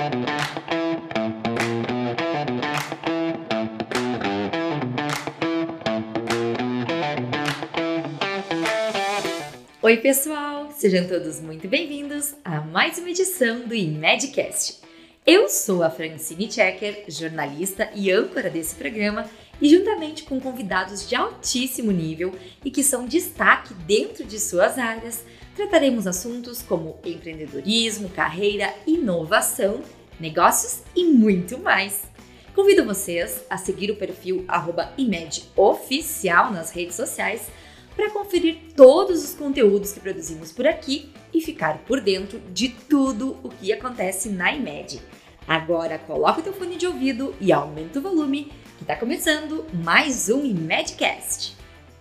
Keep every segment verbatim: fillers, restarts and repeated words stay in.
Oi pessoal, sejam todos muito bem-vindos a mais uma edição do IMEDcast. Eu sou a Francine Checker, jornalista e âncora desse programa, e juntamente com convidados de altíssimo nível e que são destaque dentro de suas áreas, trataremos assuntos como empreendedorismo, carreira, inovação, negócios e muito mais. Convido vocês a seguir o perfil arroba IMEDOficial nas redes sociais para conferir todos os conteúdos que produzimos por aqui e ficar por dentro de tudo o que acontece na IMED. Agora coloca o teu fone de ouvido e aumenta o volume, que está começando mais um IMEDcast.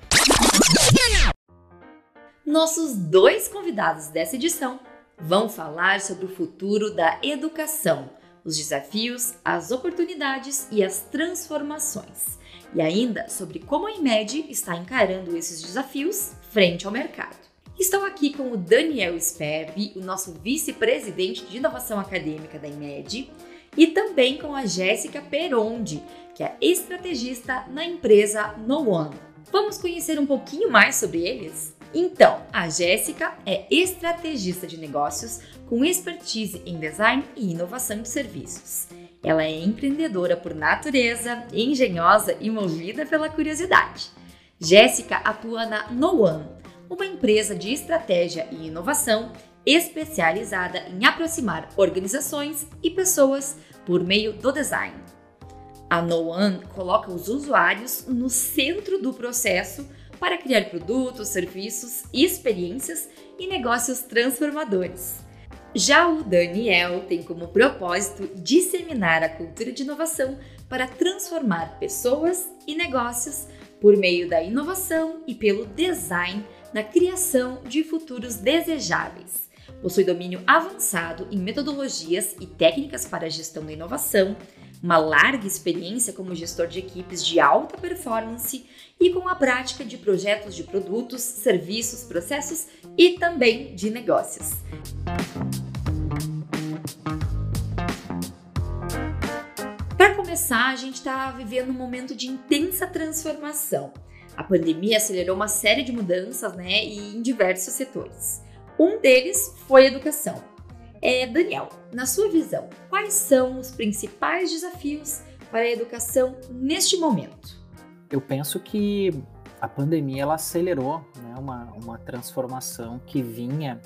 Nossos dois convidados dessa edição vão falar sobre o futuro da educação, os desafios, as oportunidades e as transformações. E ainda sobre como a IMED está encarando esses desafios frente ao mercado. Estou aqui com o Daniel Sperbi, o nosso vice-presidente de inovação acadêmica da IMED, e também com a Jéssica Perondi, que é estrategista na empresa Knowone. Vamos conhecer um pouquinho mais sobre eles? Então, a Jéssica é estrategista de negócios com expertise em design e inovação de serviços. Ela é empreendedora por natureza, engenhosa e movida pela curiosidade. Jéssica atua na Knowone, uma empresa de estratégia e inovação especializada em aproximar organizações e pessoas por meio do design. A Knowone coloca os usuários no centro do processo para criar produtos, serviços, experiências e negócios transformadores. Já o Daniel tem como propósito disseminar a cultura de inovação para transformar pessoas e negócios por meio da inovação e pelo design na criação de futuros desejáveis. Possui domínio avançado em metodologias e técnicas para a gestão da inovação, uma larga experiência como gestor de equipes de alta performance e com a prática de projetos de produtos, serviços, processos e também de negócios. Para começar, a gente está vivendo um momento de intensa transformação. A pandemia acelerou uma série de mudanças, né, e em diversos setores. Um deles foi a educação. É, Daniel, na sua visão, quais são os principais desafios para a educação neste momento? Eu penso que a pandemia ela acelerou, né, uma, uma transformação que vinha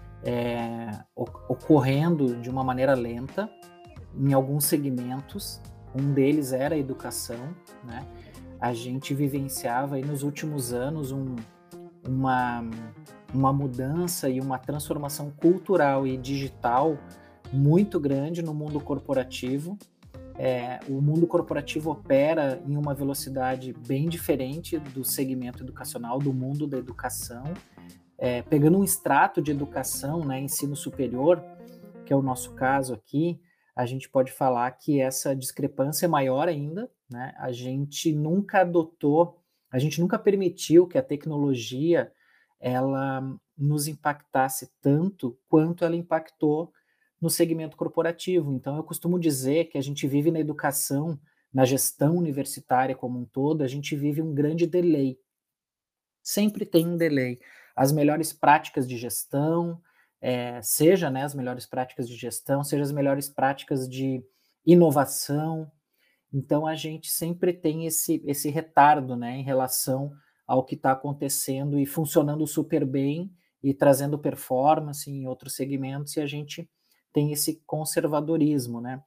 é, ocorrendo de uma maneira lenta em alguns segmentos. Um deles era a educação, né? A gente vivenciava aí nos últimos anos um, uma, uma mudança e uma transformação cultural e digital muito grande no mundo corporativo. É, o mundo corporativo opera em uma velocidade bem diferente do segmento educacional, do mundo da educação. É, pegando um extrato de educação, né, ensino superior, que é o nosso caso aqui, a gente pode falar que essa discrepância é maior ainda, né? A gente nunca adotou, a gente nunca permitiu que a tecnologia ela nos impactasse tanto quanto ela impactou no segmento corporativo. Então, eu costumo dizer que a gente vive na educação, na gestão universitária como um todo, a gente vive um grande delay. Sempre tem um delay. As melhores práticas de gestão, é, seja, né, as melhores práticas de gestão, seja as melhores práticas de inovação. Então, a gente sempre tem esse, esse retardo, né, em relação ao que está acontecendo e funcionando super bem e trazendo performance em outros segmentos, e a gente tem esse conservadorismo, né?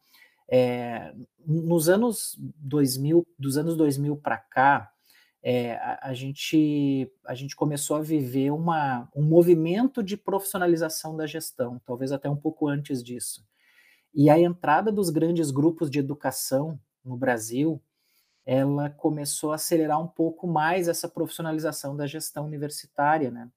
É, nos anos dois mil, dos anos dois mil para cá, é, a, a, gente, a gente começou a viver uma, um movimento de profissionalização da gestão, talvez até um pouco antes disso. E a entrada dos grandes grupos de educação no Brasil, ela começou a acelerar um pouco mais essa profissionalização da gestão universitária, né?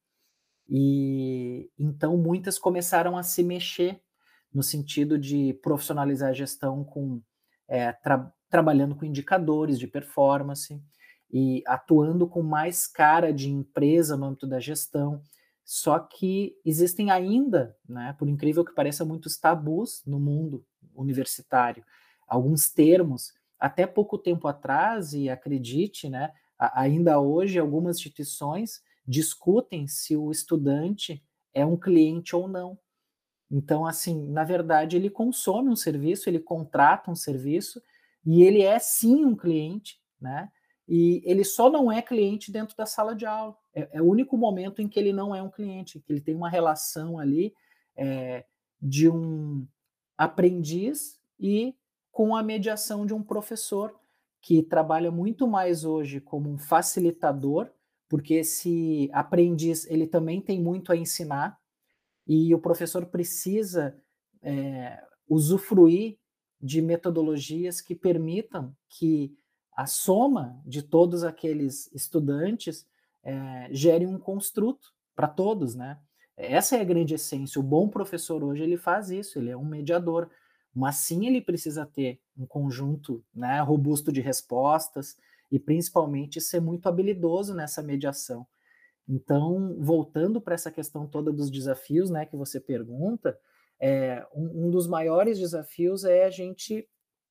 E então muitas começaram a se mexer no sentido de profissionalizar a gestão com é, tra- trabalhando com indicadores de performance e atuando com mais cara de empresa no âmbito da gestão. Só que existem ainda, né, por incrível que pareça, muitos tabus no mundo universitário, alguns termos. Até pouco tempo atrás, e acredite, né, ainda hoje algumas instituições discutem se o estudante é um cliente ou não. Então, assim, na verdade, ele consome um serviço, ele contrata um serviço, e ele é sim um cliente, né? E ele só não é cliente dentro da sala de aula. É, é o único momento em que ele não é um cliente, que ele tem uma relação ali é, de um aprendiz e com a mediação de um professor, que trabalha muito mais hoje como um facilitador, porque esse aprendiz ele também tem muito a ensinar, e o professor precisa é, usufruir de metodologias que permitam que a soma de todos aqueles estudantes é, gere um construto para todos, né? Essa é a grande essência. O bom professor hoje ele faz isso, ele é um mediador, mas sim ele precisa ter um conjunto, né, robusto de respostas e principalmente ser muito habilidoso nessa mediação. Então, voltando para essa questão toda dos desafios, né, que você pergunta, é, um, um dos maiores desafios é a gente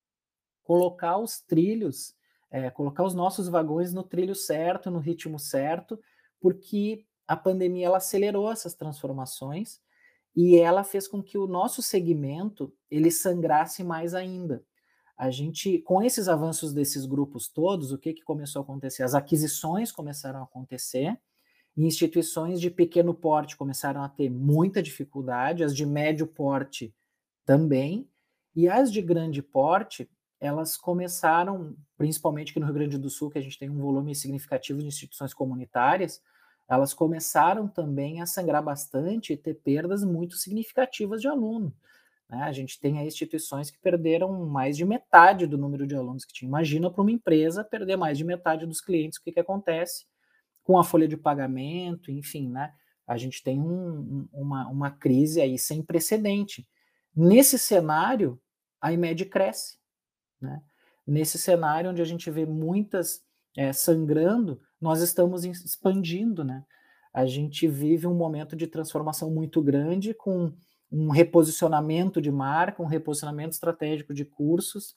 colocar os trilhos, é, colocar os nossos vagões no trilho certo, no ritmo certo, porque a pandemia ela acelerou essas transformações e ela fez com que o nosso segmento ele sangrasse mais ainda. A gente, com esses avanços desses grupos todos, o que, que começou a acontecer? As aquisições começaram a acontecer, e instituições de pequeno porte começaram a ter muita dificuldade, as de médio porte também, e as de grande porte, elas começaram, principalmente aqui no Rio Grande do Sul, que a gente tem um volume significativo de instituições comunitárias, elas começaram também a sangrar bastante e ter perdas muito significativas de aluno. Né? A gente tem aí instituições que perderam mais de metade do número de alunos que tinha. Imagina para uma empresa perder mais de metade dos clientes, o que, que acontece? Com a folha de pagamento, enfim, né? A gente tem um, uma, uma crise aí sem precedente. Nesse cenário, a IMED cresce, né? Nesse cenário onde a gente vê muitas é, sangrando, nós estamos expandindo, né? A gente vive um momento de transformação muito grande, com um reposicionamento de marca, um reposicionamento estratégico de cursos,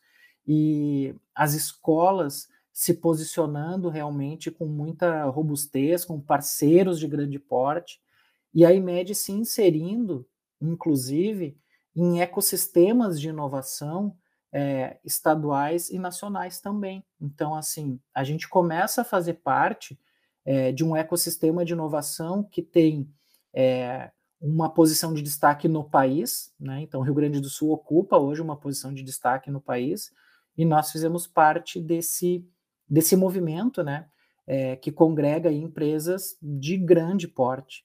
e as escolas se posicionando realmente com muita robustez, com parceiros de grande porte, e a IMED se inserindo, inclusive, em ecossistemas de inovação é, estaduais e nacionais também. Então, assim, a gente começa a fazer parte é, de um ecossistema de inovação que tem é, uma posição de destaque no país, né? Então, o Rio Grande do Sul ocupa hoje uma posição de destaque no país, e nós fizemos parte desse desse movimento, né, é, que congrega empresas de grande porte.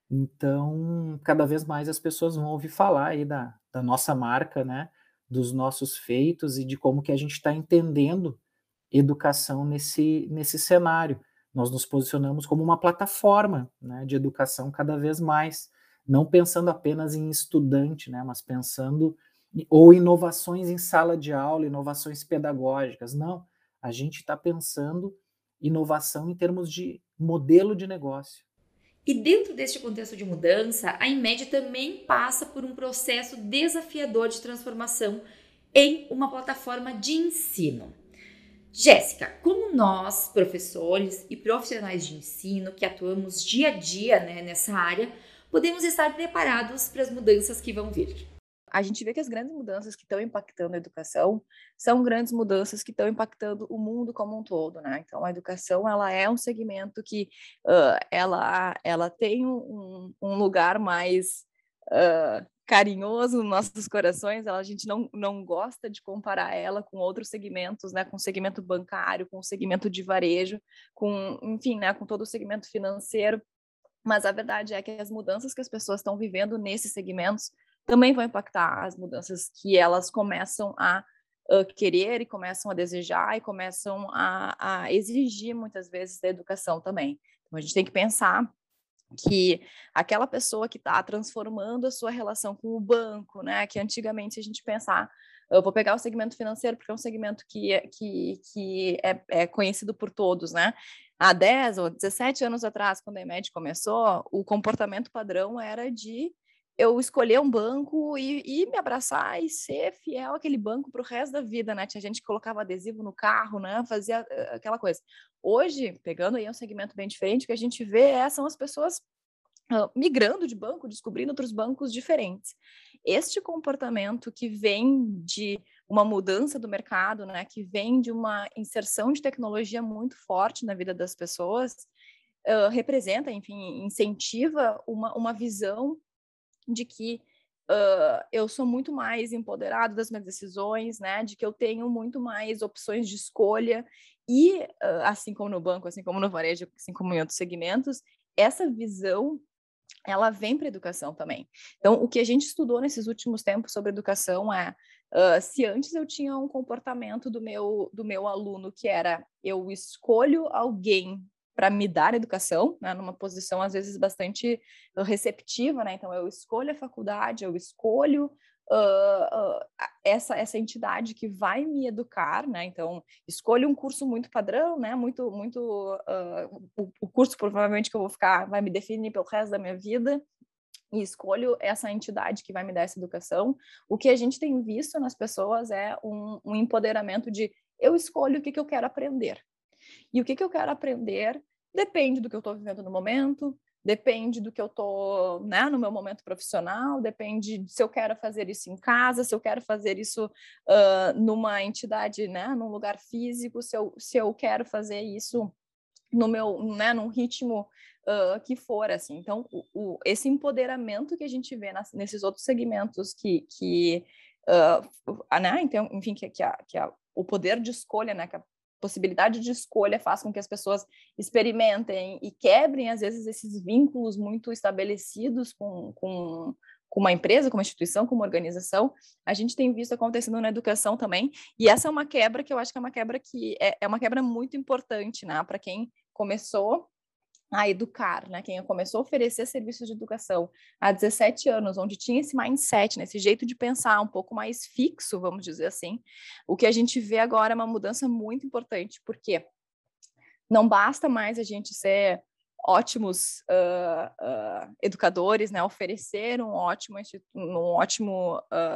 Então, cada vez mais as pessoas vão ouvir falar aí da, da nossa marca, né, dos nossos feitos e de como que a gente está entendendo educação nesse, nesse cenário. Nós nos posicionamos como uma plataforma, né, de educação cada vez mais, não pensando apenas em estudante, né, mas pensando ou inovações em sala de aula, inovações pedagógicas. Não, a gente está pensando inovação em termos de modelo de negócio. E dentro deste contexto de mudança, a IMED também passa por um processo desafiador de transformação em uma plataforma de ensino. Jéssica, como nós, professores e profissionais de ensino que atuamos dia a dia, né, nessa área, podemos estar preparados para as mudanças que vão vir? A gente vê que as grandes mudanças que estão impactando a educação são grandes mudanças que estão impactando o mundo como um todo, né? Então, a educação, ela é um segmento que uh, ela, ela tem um, um lugar mais uh, carinhoso nos nossos corações. Ela, a gente não, não gosta de comparar ela com outros segmentos, né? Com o segmento bancário, com o segmento de varejo, com, enfim, né? Com todo o segmento financeiro. Mas a verdade é que as mudanças que as pessoas estão vivendo nesses segmentos também vão impactar as mudanças que elas começam a uh, querer e começam a desejar e começam a, a exigir muitas vezes da educação também. Então, a gente tem que pensar que aquela pessoa que está transformando a sua relação com o banco, né, que antigamente a gente pensar, eu vou pegar o segmento financeiro porque é um segmento que, é, que, que é, é conhecido por todos, né? Há dez ou dezessete anos atrás, quando a IMED começou, o comportamento padrão era de eu escolher um banco e, e me abraçar e ser fiel àquele banco para o resto da vida, né? Tinha gente que colocava adesivo no carro, né? Fazia uh, aquela coisa. Hoje, pegando aí um segmento bem diferente, o que a gente vê é, são as pessoas uh, migrando de banco, descobrindo outros bancos diferentes. Este comportamento que vem de uma mudança do mercado, né? Que vem de uma inserção de tecnologia muito forte na vida das pessoas, uh, representa, enfim, incentiva uma, uma visão de que uh, eu sou muito mais empoderado das minhas decisões, né? De que eu tenho muito mais opções de escolha e, uh, assim como no banco, assim como no varejo, assim como em outros segmentos, essa visão ela vem para a educação também. Então, o que a gente estudou nesses últimos tempos sobre educação é uh, se antes eu tinha um comportamento do meu, do meu aluno que era eu escolho alguém para me dar educação, né, numa posição às vezes bastante receptiva, né? Então eu escolho a faculdade, eu escolho uh, uh, essa essa entidade que vai me educar, né? Então escolho um curso muito padrão, né? Muito muito uh, o, o curso provavelmente que eu vou ficar vai me definir pelo resto da minha vida. E escolho essa entidade que vai me dar essa educação. O que a gente tem visto nas pessoas é um, um empoderamento de eu escolho o que, que eu quero aprender. E o que, que eu quero aprender depende do que eu estou vivendo no momento, depende do que eu estou, né, no meu momento profissional, depende se eu quero fazer isso em casa, se eu quero fazer isso uh, numa entidade, né, num lugar físico, se eu, se eu quero fazer isso no meu, né, num ritmo uh, que for, assim. Então, o, o, esse empoderamento que a gente vê nas, nesses outros segmentos que, que uh, né, então, enfim, que, que, a, que a, o poder de escolha, né, que a possibilidade de escolha faz com que as pessoas experimentem e quebrem, às vezes, esses vínculos muito estabelecidos com, com, com uma empresa, com uma instituição, com uma organização, a gente tem visto acontecendo na educação também, e essa é uma quebra que eu acho que é uma quebra que é, é uma quebra muito importante, né, para quem começou a educar, né? Quem começou a oferecer serviços de educação há dezessete anos, onde tinha esse mindset, né? Esse jeito de pensar um pouco mais fixo, vamos dizer assim, o que a gente vê agora é uma mudança muito importante, porque não basta mais a gente ser ótimos uh, uh, educadores, né? Oferecer um ótimo, um ótimo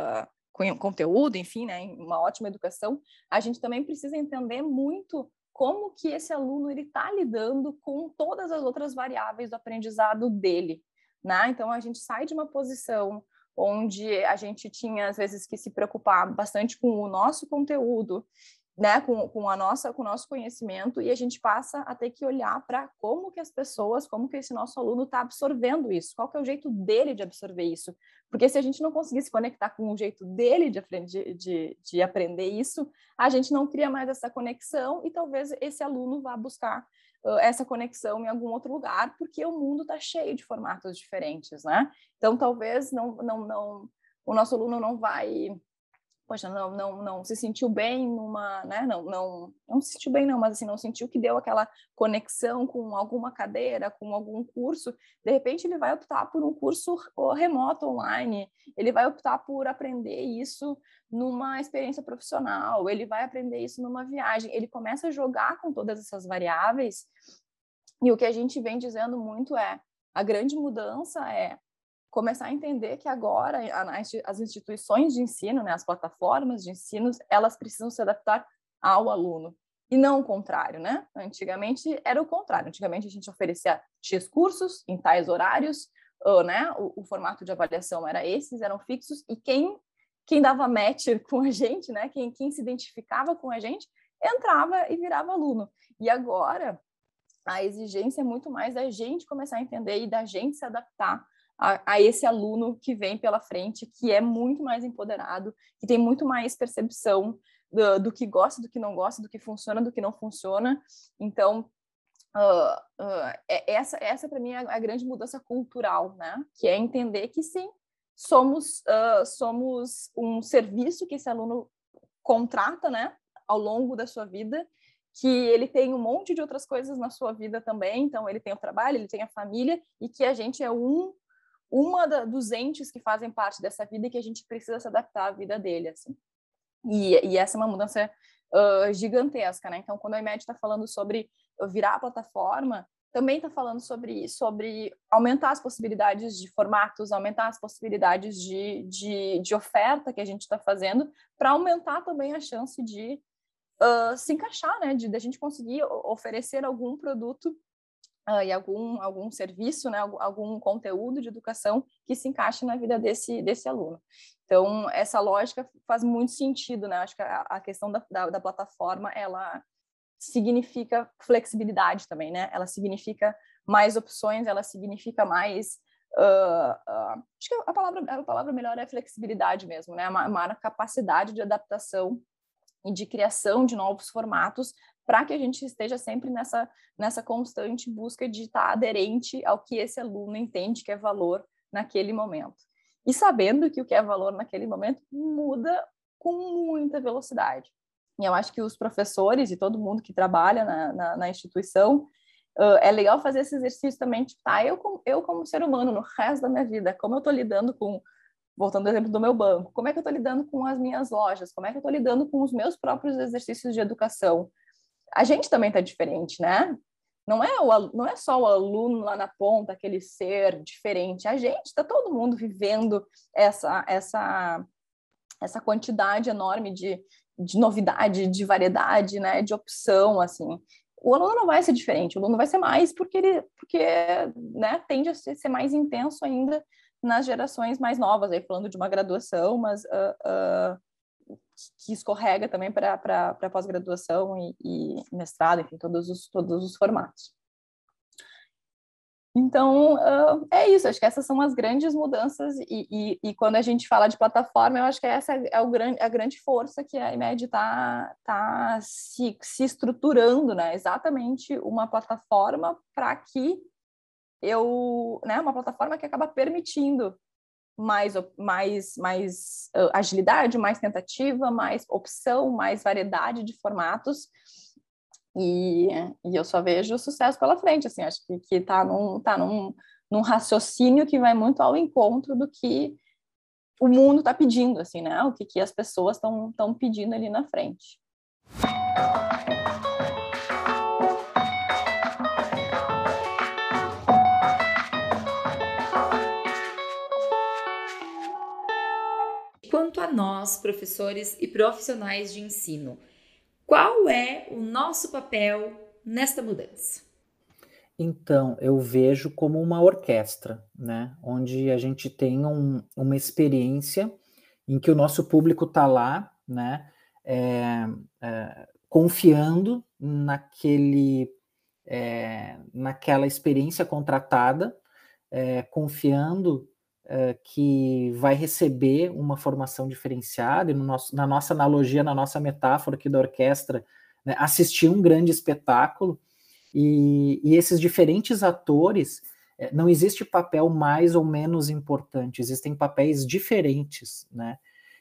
uh, conteúdo, enfim, né? Uma ótima educação. A gente também precisa entender muito como que esse aluno ele está lidando com todas as outras variáveis do aprendizado dele, né? Então a gente sai de uma posição onde a gente tinha às vezes que se preocupar bastante com o nosso conteúdo, né? Com, com a nossa, com o nosso conhecimento, e a gente passa a ter que olhar para como que as pessoas, como que esse nosso aluno está absorvendo isso, qual que é o jeito dele de absorver isso, porque se a gente não conseguir se conectar com o jeito dele de, de, de, de aprender isso, a gente não cria mais essa conexão e talvez esse aluno vá buscar uh, essa conexão em algum outro lugar, porque o mundo está cheio de formatos diferentes, né? Então, talvez não, não, não, o nosso aluno não vai... Poxa, não, não, não se sentiu bem numa, né? Não, não, não se sentiu bem, não, mas assim, não sentiu que deu aquela conexão com alguma cadeira, com algum curso. De repente, ele vai optar por um curso remoto online, ele vai optar por aprender isso numa experiência profissional, ele vai aprender isso numa viagem. Ele começa a jogar com todas essas variáveis, e o que a gente vem dizendo muito é: a grande mudança é começar a entender que agora as instituições de ensino, né, as plataformas de ensino, elas precisam se adaptar ao aluno, e não o contrário, né? Antigamente era o contrário, antigamente a gente oferecia X cursos em tais horários, ou, né, o, o formato de avaliação era esses, eram fixos, e quem, quem dava match com a gente, né, quem, quem se identificava com a gente, entrava e virava aluno. E agora a exigência é muito mais da gente começar a entender e da gente se adaptar A, a esse aluno que vem pela frente, que é muito mais empoderado, que tem muito mais percepção do, do que gosta, do que não gosta, do que funciona, do que não funciona. Então, uh, uh, é, essa, essa para mim é a, a grande mudança cultural, né? Que é entender que sim, somos, uh, somos um serviço que esse aluno contrata, né, ao longo da sua vida, que ele tem um monte de outras coisas na sua vida também, então ele tem o trabalho, ele tem a família, e que a gente é um uma da, dos entes que fazem parte dessa vida e que a gente precisa se adaptar à vida dele, assim. E, e essa é uma mudança uh, gigantesca, né? Então, quando a IMED está falando sobre virar a plataforma, também está falando sobre, sobre aumentar as possibilidades de formatos, aumentar as possibilidades de, de, de oferta que a gente está fazendo, para aumentar também a chance de uh, se encaixar, né? De, de a gente conseguir oferecer algum produto uh, e algum, algum serviço, né? Algum, algum conteúdo de educação que se encaixe na vida desse, desse aluno. Então, essa lógica faz muito sentido, né? Acho que a, a questão da, da, da plataforma, ela significa flexibilidade também, né? Ela significa mais opções, ela significa mais... Uh, uh, acho que a palavra, a palavra melhor é flexibilidade mesmo, né? Uma, uma capacidade de adaptação e de criação de novos formatos para que a gente esteja sempre nessa, nessa constante busca de estar aderente ao que esse aluno entende que é valor naquele momento. E sabendo que o que é valor naquele momento muda com muita velocidade. E eu acho que os professores e todo mundo que trabalha na, na, na instituição, uh, é legal fazer esse exercício também, tipo, tá, eu, eu como ser humano, no resto da minha vida, como eu estou lidando com, voltando ao exemplo do meu banco, como é que eu estou lidando com as minhas lojas, como é que eu estou lidando com os meus próprios exercícios de educação. A gente também está diferente, né? Não é, o, não é só o aluno lá na ponta, aquele ser diferente, a gente está todo mundo vivendo essa, essa, essa quantidade enorme de de novidade, de variedade, né, de opção, assim. O aluno não vai ser diferente, o aluno vai ser mais porque ele, porque, né, tende a ser mais intenso ainda nas gerações mais novas, aí falando de uma graduação, mas uh, uh, que escorrega também para pós-graduação e, e mestrado, enfim, todos os, todos os formatos. Então, uh, é isso, acho que essas são as grandes mudanças e, e, e quando a gente fala de plataforma, eu acho que essa é o grande, a grande força que a IMED está tá se, se estruturando, né? Exatamente uma plataforma para que eu... Né? Uma plataforma que acaba permitindo mais, mais, mais uh, agilidade, mais tentativa, mais opção, mais variedade de formatos. E, e eu só vejo sucesso pela frente, assim, acho que, que tá, num, tá num, num raciocínio que vai muito ao encontro do que o mundo está pedindo, assim, né? O que, que as pessoas estão pedindo ali na frente. Quanto a nós, professores e profissionais de ensino, qual é o nosso papel nesta mudança? Então, eu vejo como uma orquestra, né? Onde a gente tem um, uma experiência em que o nosso público está lá, né? É, é, confiando naquele, é, naquela experiência contratada, é, confiando é, que vai receber uma formação diferenciada, e no nosso, na nossa analogia, na nossa metáfora aqui da orquestra, né, assistir um grande espetáculo, e, e esses diferentes atores, é, não existe papel mais ou menos importante, existem papéis diferentes, né?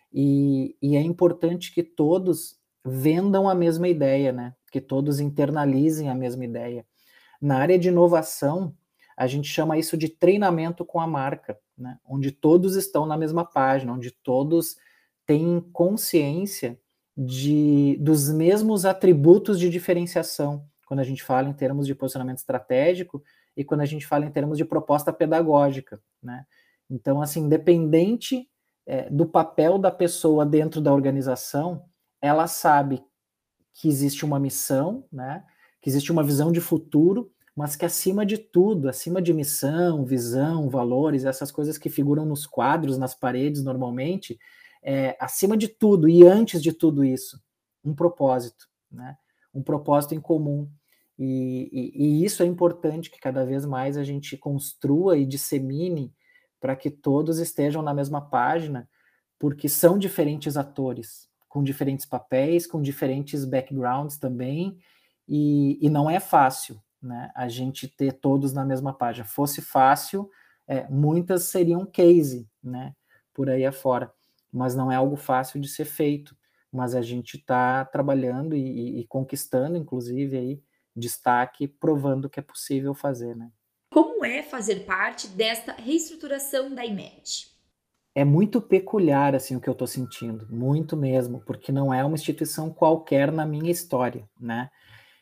E, e é importante que todos vendam a mesma ideia, né? Que todos internalizem a mesma ideia. Na área de inovação, a gente chama isso de treinamento com a marca, né? Onde todos estão na mesma página, onde todos têm consciência de, dos mesmos atributos de diferenciação, quando a gente fala em termos de posicionamento estratégico e quando a gente fala em termos de proposta pedagógica, né? Então, assim, independente é, do papel da pessoa dentro da organização, ela sabe que existe uma missão, né? Que existe uma visão de futuro, mas que acima de tudo, acima de missão, visão, valores, essas coisas que figuram nos quadros, nas paredes normalmente, é, acima de tudo e antes de tudo isso, um propósito, né? Um propósito em comum. E, e, e isso é importante que cada vez mais a gente construa e dissemine para que todos estejam na mesma página, porque são diferentes atores, com diferentes papéis, com diferentes backgrounds também, e, e não é fácil, né, a gente ter todos na mesma página. Fosse fácil, é, muitas seriam case, né, por aí afora, mas não é algo fácil de ser feito, mas a gente está trabalhando e, e conquistando, inclusive, aí, destaque, provando que é possível fazer, né. Como é fazer parte desta reestruturação da IMED? É muito peculiar, assim, o que eu estou sentindo, muito mesmo, porque não é uma instituição qualquer na minha história, né.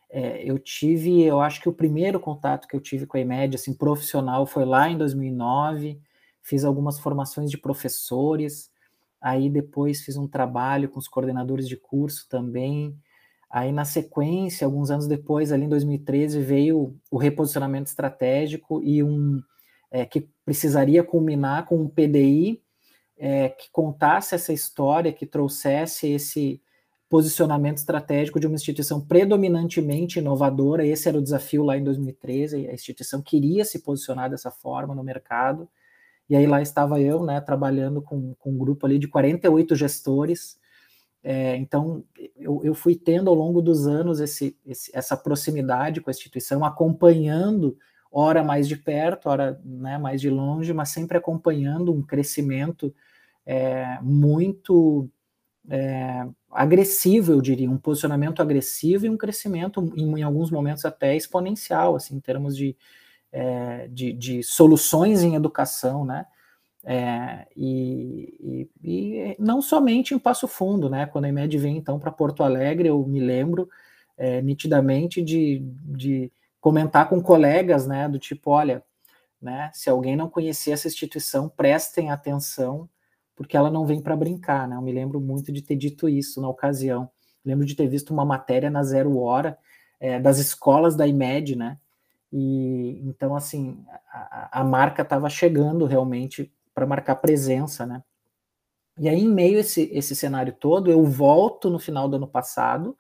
é, eu tive, eu acho que o primeiro contato que eu tive com a IMED, assim, profissional, foi lá em dois mil e nove, fiz algumas formações de professores, aí depois fiz um trabalho com os coordenadores de curso também, aí na sequência, alguns anos depois, ali em dois mil e treze, veio o reposicionamento estratégico e um, é, que precisaria culminar com um P D I, é, que contasse essa história, que trouxesse esse posicionamento estratégico de uma instituição predominantemente inovadora. Esse era o desafio lá em dois mil e treze, a instituição queria se posicionar dessa forma no mercado, e aí lá estava eu, né, trabalhando com, com um grupo ali de quarenta e oito gestores. É, então, eu, eu fui tendo ao longo dos anos esse, esse, essa proximidade com a instituição, acompanhando, ora mais de perto, ora, né, mais de longe, mas sempre acompanhando um crescimento é, muito é, agressivo, eu diria, um posicionamento agressivo e um crescimento, em, em alguns momentos até exponencial, assim, em termos de, é, de, de soluções em educação, né? É, e, e, e não somente em Passo Fundo, né? Quando a IMED vem então para Porto Alegre, eu me lembro é, nitidamente de, de comentar com colegas, né? Do tipo, olha, né? Se alguém não conhecer essa instituição, prestem atenção, porque ela não vem para brincar, né? Eu me lembro muito de ter dito isso na ocasião. Lembro de ter visto uma matéria na Zero Hora é, das escolas da IMED, né? E então, assim, a, a marca estava chegando realmente para marcar presença, né? E aí, em meio a esse, esse cenário todo, eu volto no final do ano passado,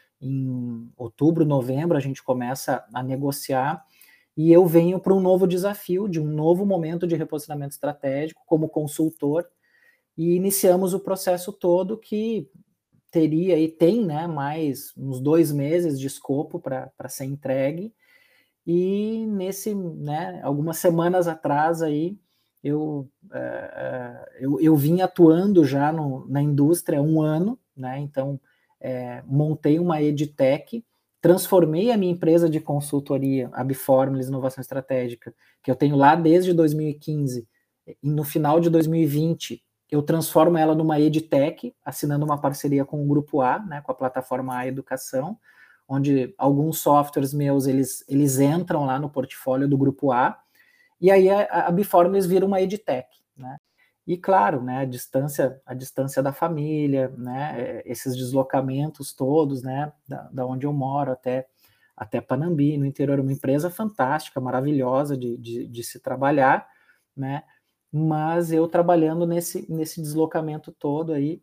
em outubro, novembro, a gente começa a negociar e eu venho para um novo desafio, de um novo momento de reposicionamento estratégico como consultor, e iniciamos o processo todo que teria e tem, né, mais uns dois meses de escopo para ser entregue. E nesse, né, algumas semanas atrás aí, eu, uh, eu, eu vim atuando já no, na indústria há um ano, né, então é, montei uma edtech, transformei a minha empresa de consultoria, a Biformulous Inovação Estratégica, que eu tenho lá desde dois mil e quinze, e no final de dois mil e vinte, eu transformo ela numa edtech, assinando uma parceria com o Grupo A, né, com a plataforma A Educação, onde alguns softwares meus, eles, eles entram lá no portfólio do Grupo A, e aí a, a Biformulous vira uma edtech, né? E claro, né, a distância, a distância da família, né, esses deslocamentos todos, né, da, da onde eu moro até, até Panambi, no interior, uma empresa fantástica, maravilhosa de, de, de se trabalhar, né, mas eu trabalhando nesse, nesse deslocamento todo aí,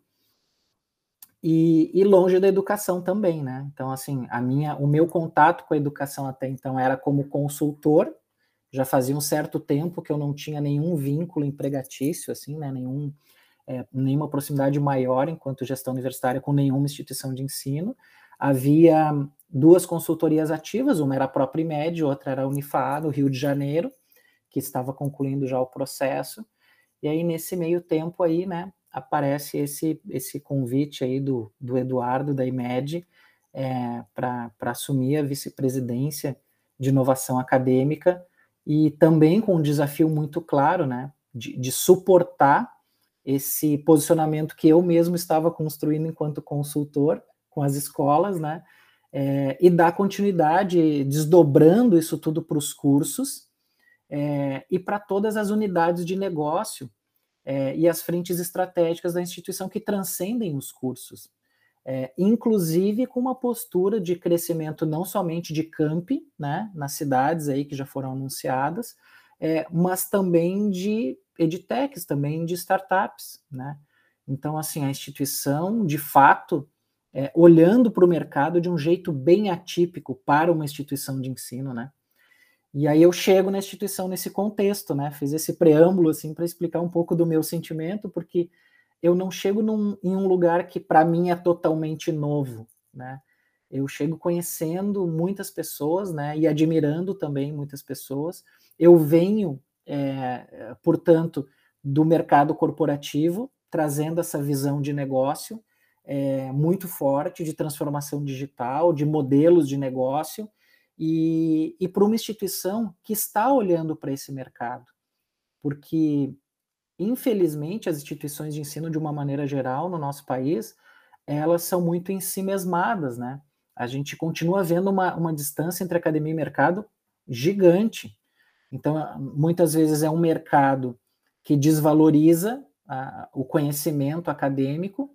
E, e longe da educação também, né? Então, assim, a minha, o meu contato com a educação até então era como consultor, já fazia um certo tempo que eu não tinha nenhum vínculo empregatício, assim, né? Nenhum, é, nenhuma proximidade maior enquanto gestão universitária com nenhuma instituição de ensino. Havia duas consultorias ativas, uma era a própria IMED, outra era a Unifá, no Rio de Janeiro, que estava concluindo já o processo. E aí, nesse meio tempo aí, né, aparece esse, esse convite aí do, do Eduardo, da IMED, é, para assumir a vice-presidência de inovação acadêmica, e também com um desafio muito claro, né, de, de suportar esse posicionamento que eu mesmo estava construindo enquanto consultor com as escolas, né, é, e dar continuidade, desdobrando isso tudo para os cursos, é, e para todas as unidades de negócio é, e as frentes estratégicas da instituição que transcendem os cursos, é, inclusive com uma postura de crescimento não somente de campi, né, nas cidades aí que já foram anunciadas, é, mas também de edtechs, também de startups, né? Então, assim, a instituição, de fato, é, olhando para o mercado de um jeito bem atípico para uma instituição de ensino, né? E aí eu chego na instituição nesse contexto, né? Fiz esse preâmbulo assim para explicar um pouco do meu sentimento, porque eu não chego num, em um lugar que para mim é totalmente novo, né? Eu chego conhecendo muitas pessoas, né? E admirando também muitas pessoas. Eu venho, é, portanto, do mercado corporativo, trazendo essa visão de negócio é, muito forte, de transformação digital, de modelos de negócio, e, e para uma instituição que está olhando para esse mercado, porque, infelizmente, as instituições de ensino, de uma maneira geral, no nosso país, elas são muito em si mesmadas, né? a gente continua vendo uma, uma distância entre academia e mercado gigante. Então, muitas vezes é um mercado que desvaloriza a, o conhecimento acadêmico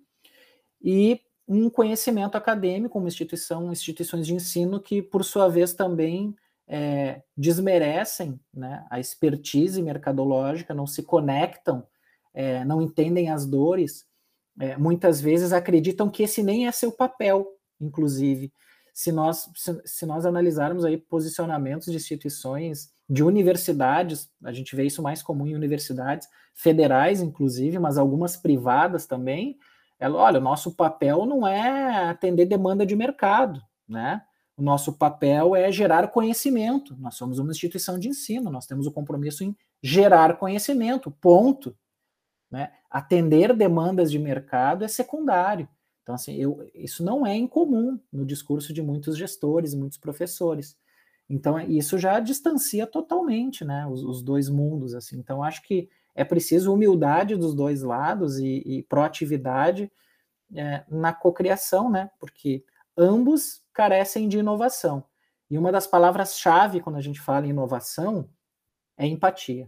e um conhecimento acadêmico, uma instituição, instituições de ensino que, por sua vez, também é, desmerecem, né, a expertise mercadológica, não se conectam, é, não entendem as dores, é, muitas vezes acreditam que esse nem é seu papel, inclusive. Se nós, se, se nós analisarmos aí posicionamentos de instituições, de universidades, a gente vê isso mais comum em universidades federais, inclusive, mas algumas privadas também, ela, olha, o nosso papel não é atender demanda de mercado, né? O nosso papel é gerar conhecimento. Nós somos uma instituição de ensino, nós temos o compromisso em gerar conhecimento, ponto. Né? Atender demandas de mercado é secundário. Então, assim, eu, isso não é incomum no discurso de muitos gestores, muitos professores. Então, isso já distancia totalmente, né, os, os dois mundos. Assim. Então, acho que é preciso humildade dos dois lados e, e proatividade é, na cocriação, né, porque ambos carecem de inovação. E uma das palavras-chave quando a gente fala em inovação é empatia.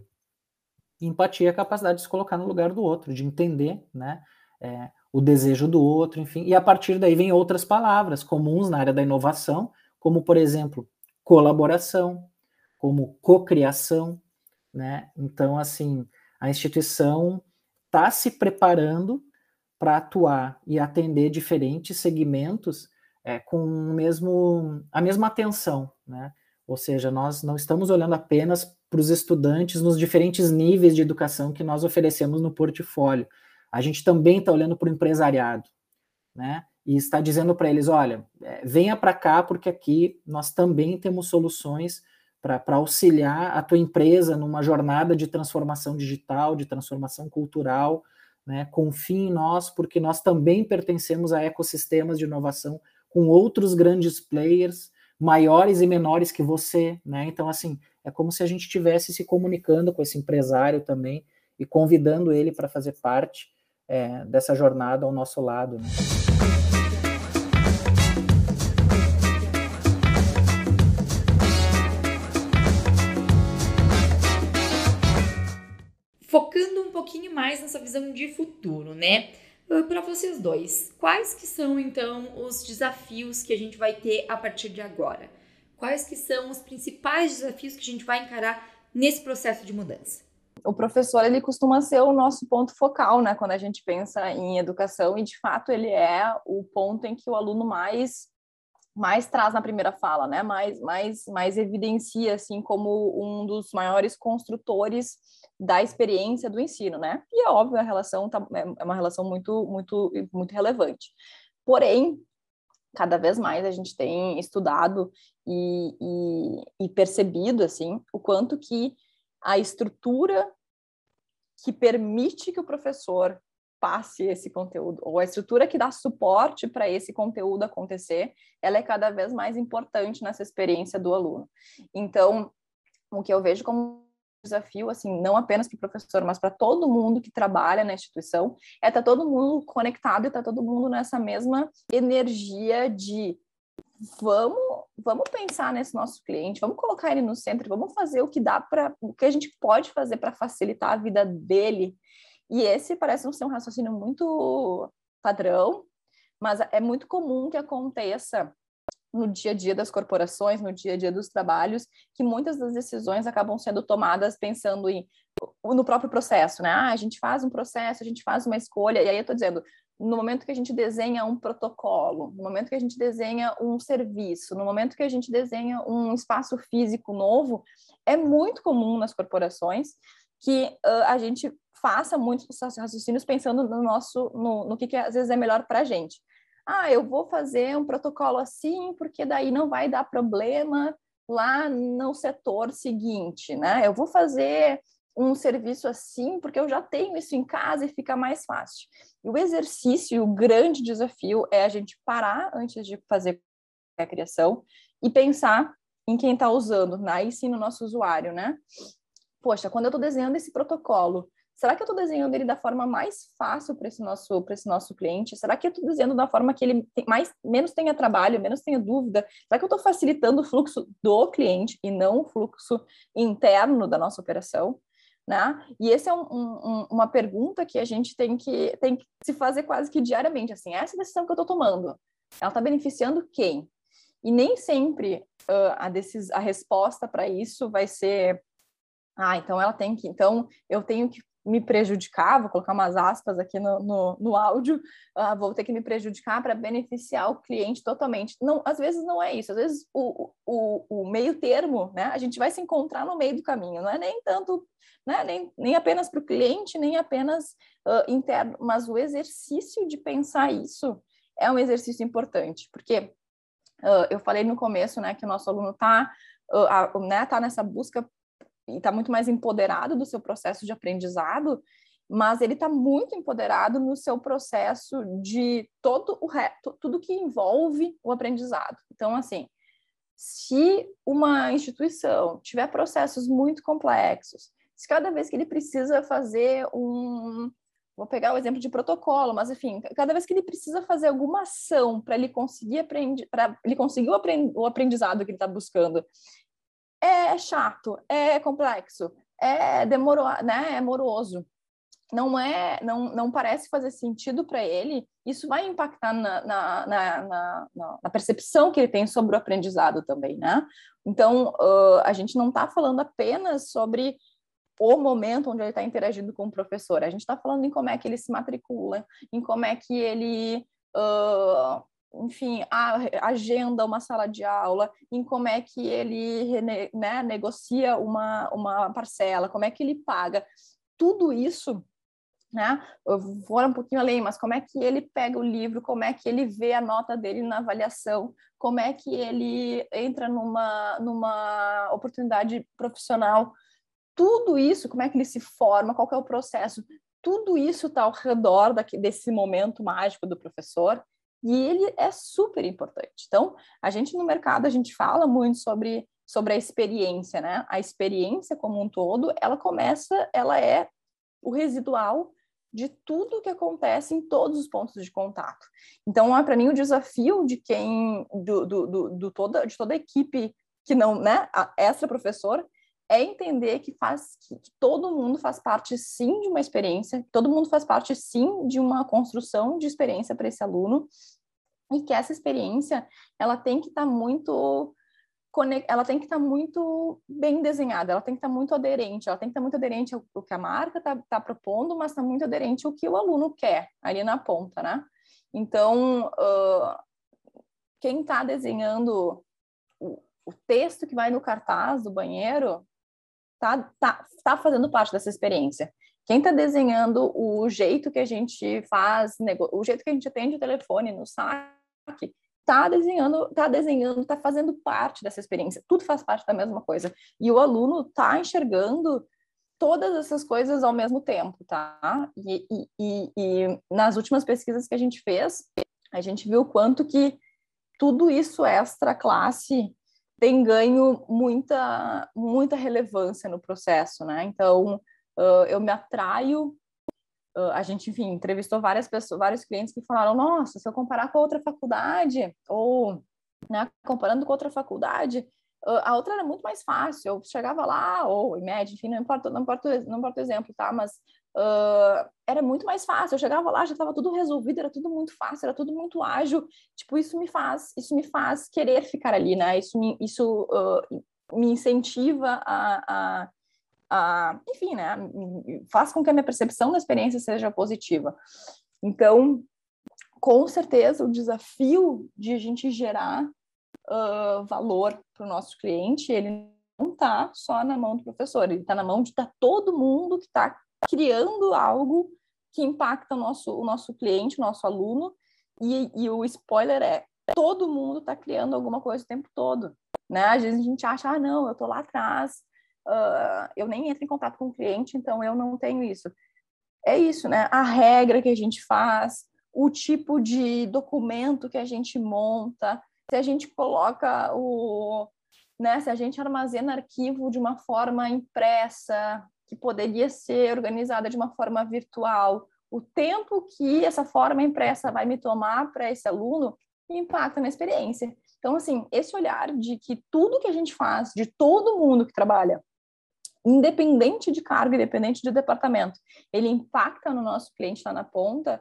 E empatia é a capacidade de se colocar no lugar do outro, de entender, né, é, o desejo do outro, enfim. E a partir daí vem outras palavras comuns na área da inovação, como, por exemplo, colaboração, como cocriação, né? Então, assim, a instituição está se preparando para atuar e atender diferentes segmentos é, com o mesmo, a mesma atenção, né? Ou seja, nós não estamos olhando apenas para os estudantes nos diferentes níveis de educação que nós oferecemos no portfólio. A gente também está olhando para o empresariado, né? E está dizendo para eles, olha, venha para cá porque aqui nós também temos soluções para auxiliar a tua empresa numa jornada de transformação digital, de transformação cultural, né? Confie em nós porque nós também pertencemos a ecossistemas de inovação com outros grandes players, maiores e menores que você, né? Então, assim, é como se a gente estivesse se comunicando com esse empresário também e convidando ele para fazer parte é, dessa jornada ao nosso lado, né? Focando um pouquinho mais nessa visão de futuro, né? Para vocês dois, quais que são, então, os desafios que a gente vai ter a partir de agora? Quais que são os principais desafios que a gente vai encarar nesse processo de mudança? O professor, ele costuma ser o nosso ponto focal, né? Quando a gente pensa em educação, e de fato ele é o ponto em que o aluno mais, mais traz na primeira fala, né? Mais, mais, mais evidencia, assim, como um dos maiores construtores da experiência do ensino, né? E é óbvio, a relação tá, é uma relação muito, muito, muito relevante. Porém, cada vez mais a gente tem estudado e, e, e percebido, assim, o quanto que a estrutura que permite que o professor passe esse conteúdo, ou a estrutura que dá suporte para esse conteúdo acontecer, ela é cada vez mais importante nessa experiência do aluno. Então, o que eu vejo como desafio, assim, não apenas para o professor, mas para todo mundo que trabalha na instituição, é estar todo mundo conectado e estar todo mundo nessa mesma energia de vamos, vamos pensar nesse nosso cliente, vamos colocar ele no centro, vamos fazer o que dá para, o que a gente pode fazer para facilitar a vida dele. E esse parece não ser um raciocínio muito padrão, mas é muito comum que aconteça no dia a dia das corporações, no dia a dia dos trabalhos, que muitas das decisões acabam sendo tomadas pensando em, no próprio processo, né? Ah, a gente faz um processo, a gente faz uma escolha, e aí eu estou dizendo, no momento que a gente desenha um protocolo, no momento que a gente desenha um serviço, no momento que a gente desenha um espaço físico novo, é muito comum nas corporações que uh, a gente faça muitos raciocínios pensando no nosso, no, no que, que às vezes é melhor para a gente. Ah, eu vou fazer um protocolo assim, porque daí não vai dar problema lá no setor seguinte, né? Eu vou fazer um serviço assim, porque eu já tenho isso em casa e fica mais fácil. E o exercício, o grande desafio é a gente parar antes de fazer a criação e pensar em quem está usando, aí sim no nosso usuário, né? Poxa, quando eu estou desenhando esse protocolo, Será que eu estou desenhando ele da forma mais fácil para esse nosso, para esse nosso cliente? Será que eu estou desenhando da forma que ele tem mais, menos tenha trabalho, menos tenha dúvida? Será que eu estou facilitando o fluxo do cliente e não o fluxo interno da nossa operação? Né? E essa é um, um, uma pergunta que a gente tem que, tem que se fazer quase que diariamente. Assim, essa decisão que eu estou tomando, ela está beneficiando quem? E nem sempre uh, a, decis, a resposta para isso vai ser, ah, então ela tem que, então eu tenho que me prejudicar, vou colocar umas aspas aqui no, no, no áudio, uh, vou ter que me prejudicar para beneficiar o cliente totalmente. Não, às vezes não é isso, às vezes o, o, o meio termo, né? A gente vai se encontrar no meio do caminho, não é nem tanto, né? nem, nem apenas para o cliente, nem apenas uh, interno, mas o exercício de pensar isso é um exercício importante, porque uh, eu falei no começo, né, que o nosso aluno está uh, né, tá nessa busca e está muito mais empoderado do seu processo de aprendizado, mas ele está muito empoderado no seu processo de todo o resto, tudo que envolve o aprendizado. Então, assim, se uma instituição tiver processos muito complexos, se cada vez que ele precisa fazer um... Vou pegar o exemplo de protocolo, mas, enfim, cada vez que ele precisa fazer alguma ação para ele conseguir aprender, para ele conseguir o aprendizado que ele está buscando, é chato, é complexo, é demoro, né, é moroso, não é, não, não parece fazer sentido para ele, isso vai impactar na, na, na, na, na percepção que ele tem sobre o aprendizado também, né? Então, uh, a gente não está falando apenas sobre o momento onde ele está interagindo com o professor, a gente está falando em como é que ele se matricula, em como é que ele... Uh, enfim, a, agenda uma sala de aula, em como é que ele, né, negocia uma, uma parcela, como é que ele paga. Tudo isso, né, eu vou um pouquinho além, mas como é que ele pega o livro, como é que ele vê a nota dele na avaliação, como é que ele entra numa, numa oportunidade profissional. Tudo isso, como é que ele se forma, qual que é o processo, tudo isso está ao redor daqui, desse momento mágico do professor, e ele é super importante. Então, a gente no mercado, a gente fala muito sobre, sobre a experiência, né? A experiência como um todo, ela começa, ela é o residual de tudo que acontece em todos os pontos de contato. Então, para mim, o desafio de quem, do, do, do, do toda, de toda a equipe que não, né, extra professor, é entender que, faz, que todo mundo faz parte, sim, de uma experiência, todo mundo faz parte, sim, de uma construção de experiência para esse aluno, e que essa experiência, ela tem que estar tá muito... ela tem que estar tá muito bem desenhada, ela tem que estar tá muito aderente, ela tem que estar tá muito aderente ao, ao que a marca está tá propondo, mas está muito aderente ao que o aluno quer, ali na ponta, né? Então, uh, quem está desenhando o, o texto que vai no cartaz do banheiro tá, tá, tá fazendo parte dessa experiência. Quem está desenhando o jeito que a gente faz, o jeito que a gente atende o telefone no saque, está desenhando, está desenhando, está fazendo parte dessa experiência. Tudo faz parte da mesma coisa. E o aluno está enxergando todas essas coisas ao mesmo tempo, tá? E, e, e, e nas últimas pesquisas que a gente fez, a gente viu o quanto que tudo isso extra classe tem ganho muita, muita relevância no processo, né? Então, uh, eu me atraio, uh, a gente, enfim, entrevistou várias pessoas, vários clientes que falaram, nossa, se eu comparar com outra faculdade, ou, né, comparando com outra faculdade, uh, a outra era muito mais fácil, eu chegava lá, ou em média, enfim, não importa, não importa, não importa o exemplo, tá? Mas uh, era muito mais fácil, eu chegava lá, já estava tudo resolvido, era tudo muito fácil, era tudo muito ágil, tipo, isso me faz, isso me faz querer ficar ali, né? Isso me, isso, uh, me incentiva a, a, a, enfim, né? Faz com que a minha percepção da experiência seja positiva. Então, com certeza, o desafio de a gente gerar uh, valor para o nosso cliente, ele não está só na mão do professor, ele está na mão de tá todo mundo que está criando algo que impacta o nosso, o nosso cliente, o nosso aluno, e, e o spoiler é, todo mundo está criando alguma coisa o tempo todo, né? Às vezes a gente acha, ah, não, eu estou lá atrás, uh, eu nem entro em contato com o cliente, então eu não tenho isso. É isso, né? A regra que a gente faz, o tipo de documento que a gente monta, se a gente coloca o... né, se a gente armazena arquivo de uma forma impressa, que poderia ser organizada de uma forma virtual, o tempo que essa forma impressa vai me tomar para esse aluno impacta na experiência. Então, assim, esse olhar de que tudo que a gente faz, de todo mundo que trabalha, independente de cargo, independente de departamento, ele impacta no nosso cliente lá na ponta,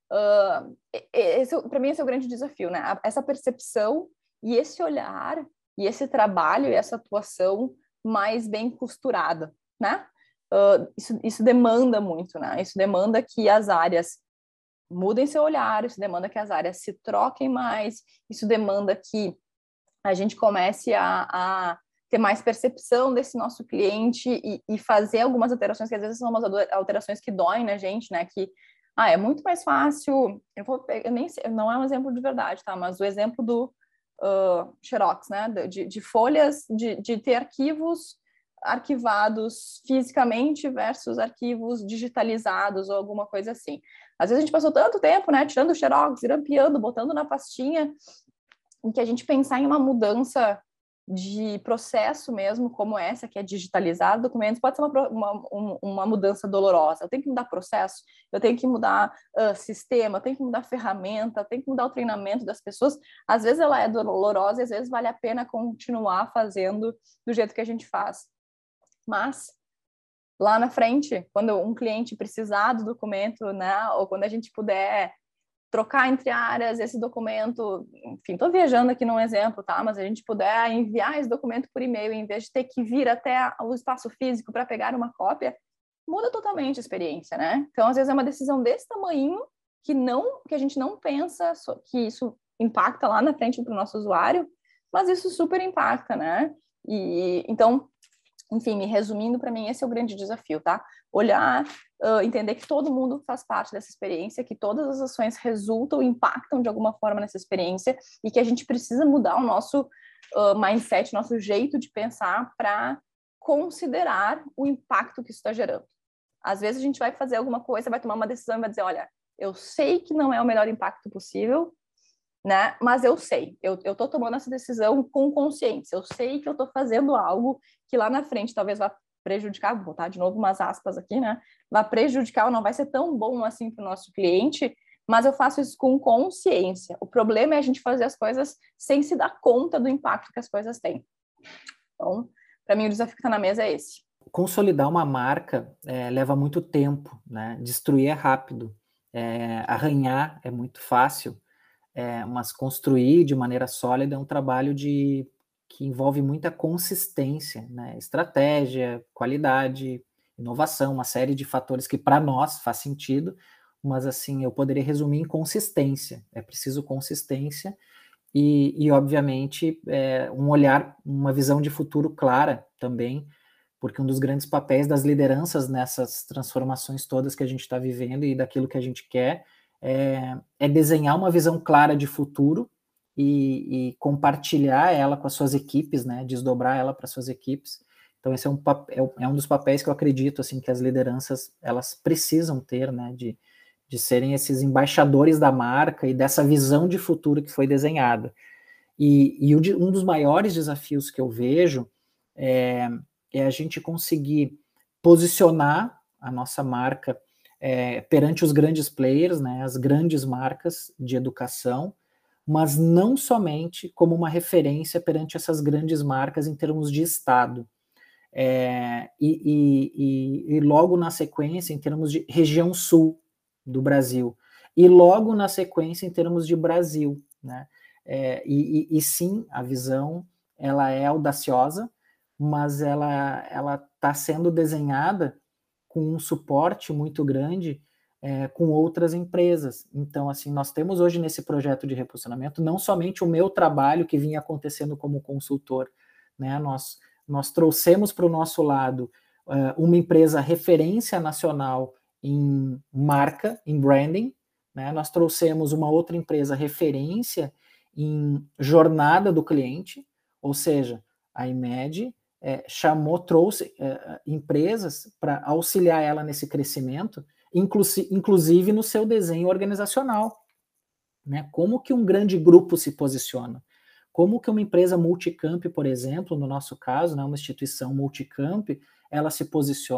uh, para mim esse é o grande desafio, né? Essa percepção e esse olhar e esse trabalho e essa atuação mais bem costurada, né? Uh, isso, isso demanda muito, né? Isso demanda que as áreas mudem seu olhar, isso demanda que as áreas se troquem mais, isso demanda que a gente comece a, a ter mais percepção desse nosso cliente e, e fazer algumas alterações, que às vezes são umas alterações que doem na gente, né? Que, ah, é muito mais fácil, eu vou, eu nem sei, não é um exemplo de verdade, tá? Mas o exemplo do uh, Xerox, né? De, de folhas, de, de ter arquivos arquivados fisicamente versus arquivos digitalizados ou alguma coisa assim. Às vezes a gente passou tanto tempo, né, tirando o xerox, grampeando, botando na pastinha, em que a gente pensar em uma mudança de processo mesmo, como essa, que é digitalizar documentos, pode ser uma, uma, uma mudança dolorosa. Eu tenho que mudar processo, eu tenho que mudar uh, sistema, eu tenho que mudar ferramenta, eu tenho que mudar o treinamento das pessoas. Às vezes ela é dolorosa e às vezes vale a pena continuar fazendo do jeito que a gente faz. Mas lá na frente, quando um cliente precisar do documento, né, ou quando a gente puder trocar entre áreas esse documento, enfim, estou viajando aqui num exemplo, tá? Mas a gente puder enviar esse documento por e-mail em vez de ter que vir até o espaço físico para pegar uma cópia, muda totalmente a experiência, né? Então, às vezes é uma decisão desse tamanho que não, que a gente não pensa que isso impacta lá na frente para o nosso usuário, mas isso super impacta, né? E então, enfim, me resumindo, para mim esse é o grande desafio, tá? Olhar, uh, entender que todo mundo faz parte dessa experiência, que todas as ações resultam, impactam de alguma forma nessa experiência e que a gente precisa mudar o nosso uh, mindset, nosso jeito de pensar para considerar o impacto que isso está gerando. Às vezes a gente vai fazer alguma coisa, vai tomar uma decisão e vai dizer, olha, eu sei que não é o melhor impacto possível, né? Mas eu sei, eu, eu tô tomando essa decisão com consciência, eu sei que eu tô fazendo algo que lá na frente talvez vá prejudicar, vou botar de novo umas aspas aqui, né? Vai prejudicar ou não vai ser tão bom assim para o nosso cliente, mas eu faço isso com consciência. O problema é a gente fazer as coisas sem se dar conta do impacto que as coisas têm. Então, para mim, o desafio que está na mesa é esse. Consolidar uma marca é, leva muito tempo, né? Destruir é rápido, é, arranhar é muito fácil, é, mas construir de maneira sólida é um trabalho de, que envolve muita consistência, né? Estratégia, qualidade, inovação, uma série de fatores que para nós faz sentido, mas assim, eu poderia resumir em consistência. É preciso consistência e, e obviamente, é, um olhar, uma visão de futuro clara também, porque um dos grandes papéis das lideranças nessas transformações todas que a gente está vivendo e daquilo que a gente quer é, é desenhar uma visão clara de futuro e, e compartilhar ela com as suas equipes, né, desdobrar ela para as suas equipes. Então esse é um, é um dos papéis que eu acredito assim, que as lideranças elas precisam ter, né, de, de serem esses embaixadores da marca e dessa visão de futuro que foi desenhada. E, e um dos maiores desafios que eu vejo é, é a gente conseguir posicionar a nossa marca é, perante os grandes players, né, as grandes marcas de educação, mas não somente como uma referência perante essas grandes marcas em termos de Estado. É, e, e, e, e logo na sequência, em termos de região sul do Brasil, e logo na sequência, em termos de Brasil, né? É, e, e, e sim, a visão ela é audaciosa, mas ela ela está sendo desenhada com um suporte muito grande é, com outras empresas. Então, assim, nós temos hoje nesse projeto de reposicionamento não somente o meu trabalho que vinha acontecendo como consultor, né? Nós, nós trouxemos para o nosso lado uh, uma empresa referência nacional em marca, em branding, né? Nós trouxemos uma outra empresa referência em jornada do cliente, ou seja, a IMED é, chamou, trouxe é, empresas para auxiliar ela nesse crescimento, inclusi inclusive no seu desenho organizacional, né? Como que um grande grupo se posiciona? Como que uma empresa multicamp, por exemplo, no nosso caso, né, uma instituição multicamp, ela se posiciona?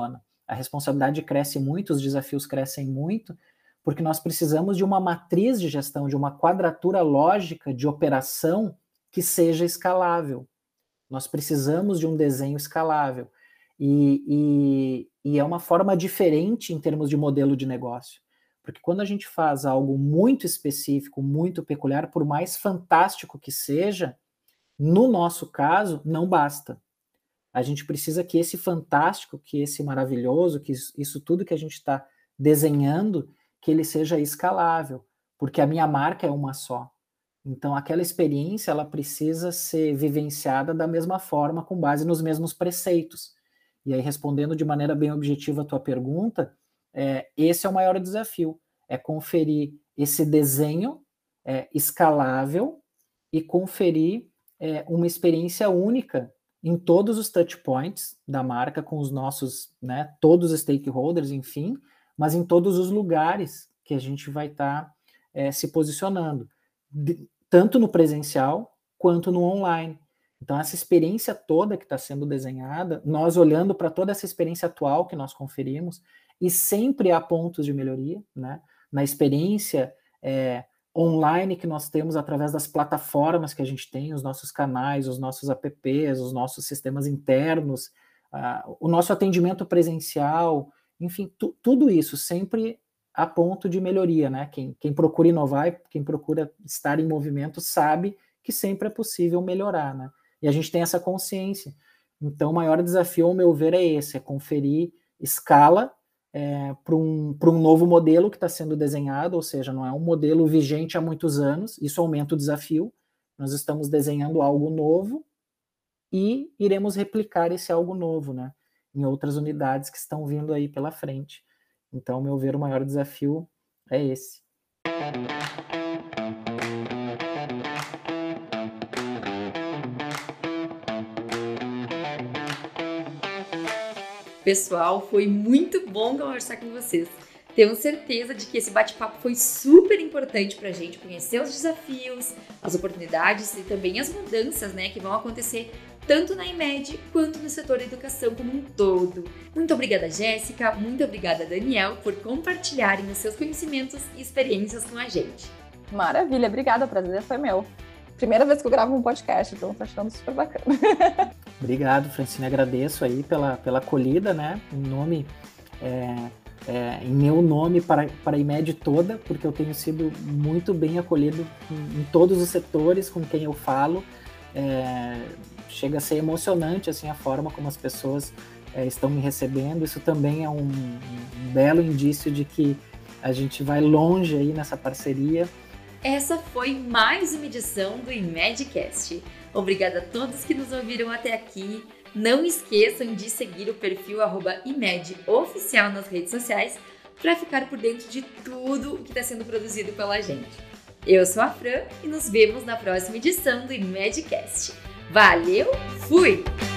a responsabilidade cresce muito, os desafios crescem muito, porque nós precisamos de uma matriz de gestão, de uma quadratura lógica de operação que seja escalável. Nós precisamos de um desenho escalável. E, e, e é uma forma diferente em termos de modelo de negócio. Porque quando a gente faz algo muito específico, muito peculiar, por mais fantástico que seja, no nosso caso, não basta. A gente precisa que esse fantástico, que esse maravilhoso, que isso, isso tudo que a gente está desenhando, que ele seja escalável, porque a minha marca é uma só. Então, aquela experiência, ela precisa ser vivenciada da mesma forma, com base nos mesmos preceitos. E aí, respondendo de maneira bem objetiva a tua pergunta, é, esse é o maior desafio, é conferir esse desenho é, escalável e conferir é, uma experiência única em todos os touch points da marca, com os nossos, né, todos os stakeholders, enfim, mas em todos os lugares que a gente vai estar tá, é, se posicionando, de, tanto no presencial quanto no online. Então, essa experiência toda que está sendo desenhada, nós olhando para toda essa experiência atual que nós conferimos, e sempre há pontos de melhoria, né? Na experiência é, online que nós temos através das plataformas que a gente tem, os nossos canais, os nossos apps, os nossos sistemas internos, uh, o nosso atendimento presencial, enfim, tu, tudo isso sempre a ponto de melhoria, né? Quem, quem procura inovar, quem procura estar em movimento, sabe que sempre é possível melhorar, né? E a gente tem essa consciência. Então, o maior desafio, ao meu ver, é esse, é conferir escala é, para um, para um novo modelo que está sendo desenhado, ou seja, não é um modelo vigente há muitos anos, isso aumenta o desafio. Nós estamos desenhando algo novo e iremos replicar esse algo novo, né? Em outras unidades que estão vindo aí pela frente. Então, ao meu ver, o maior desafio é esse. Pessoal, foi muito bom conversar com vocês. Tenho certeza de que esse bate-papo foi super importante para a gente conhecer os desafios, as oportunidades e também as mudanças, né, que vão acontecer tanto na IMED quanto no setor da educação como um todo. Muito obrigada, Jéssica, muito obrigada, Daniel, por compartilharem os seus conhecimentos e experiências com a gente. Maravilha, obrigada, o prazer foi meu. Primeira vez que eu gravo um podcast, então tô achando super bacana. Obrigado, Francine, agradeço aí pela, pela acolhida, né, em nome, é, é, em meu nome para, para a IMED toda, porque eu tenho sido muito bem acolhido em, em todos os setores com quem eu falo. É, chega a ser emocionante assim, a forma como as pessoas é, estão me recebendo. Isso também é um, um belo indício de que a gente vai longe aí nessa parceria. Essa foi mais uma edição do IMEDcast. Obrigada a todos que nos ouviram até aqui. Não esqueçam de seguir o perfil arroba IMEDOficial nas redes sociais para ficar por dentro de tudo o que está sendo produzido pela gente. Eu sou a Fran e nos vemos na próxima edição do IMEDcast. Valeu, fui!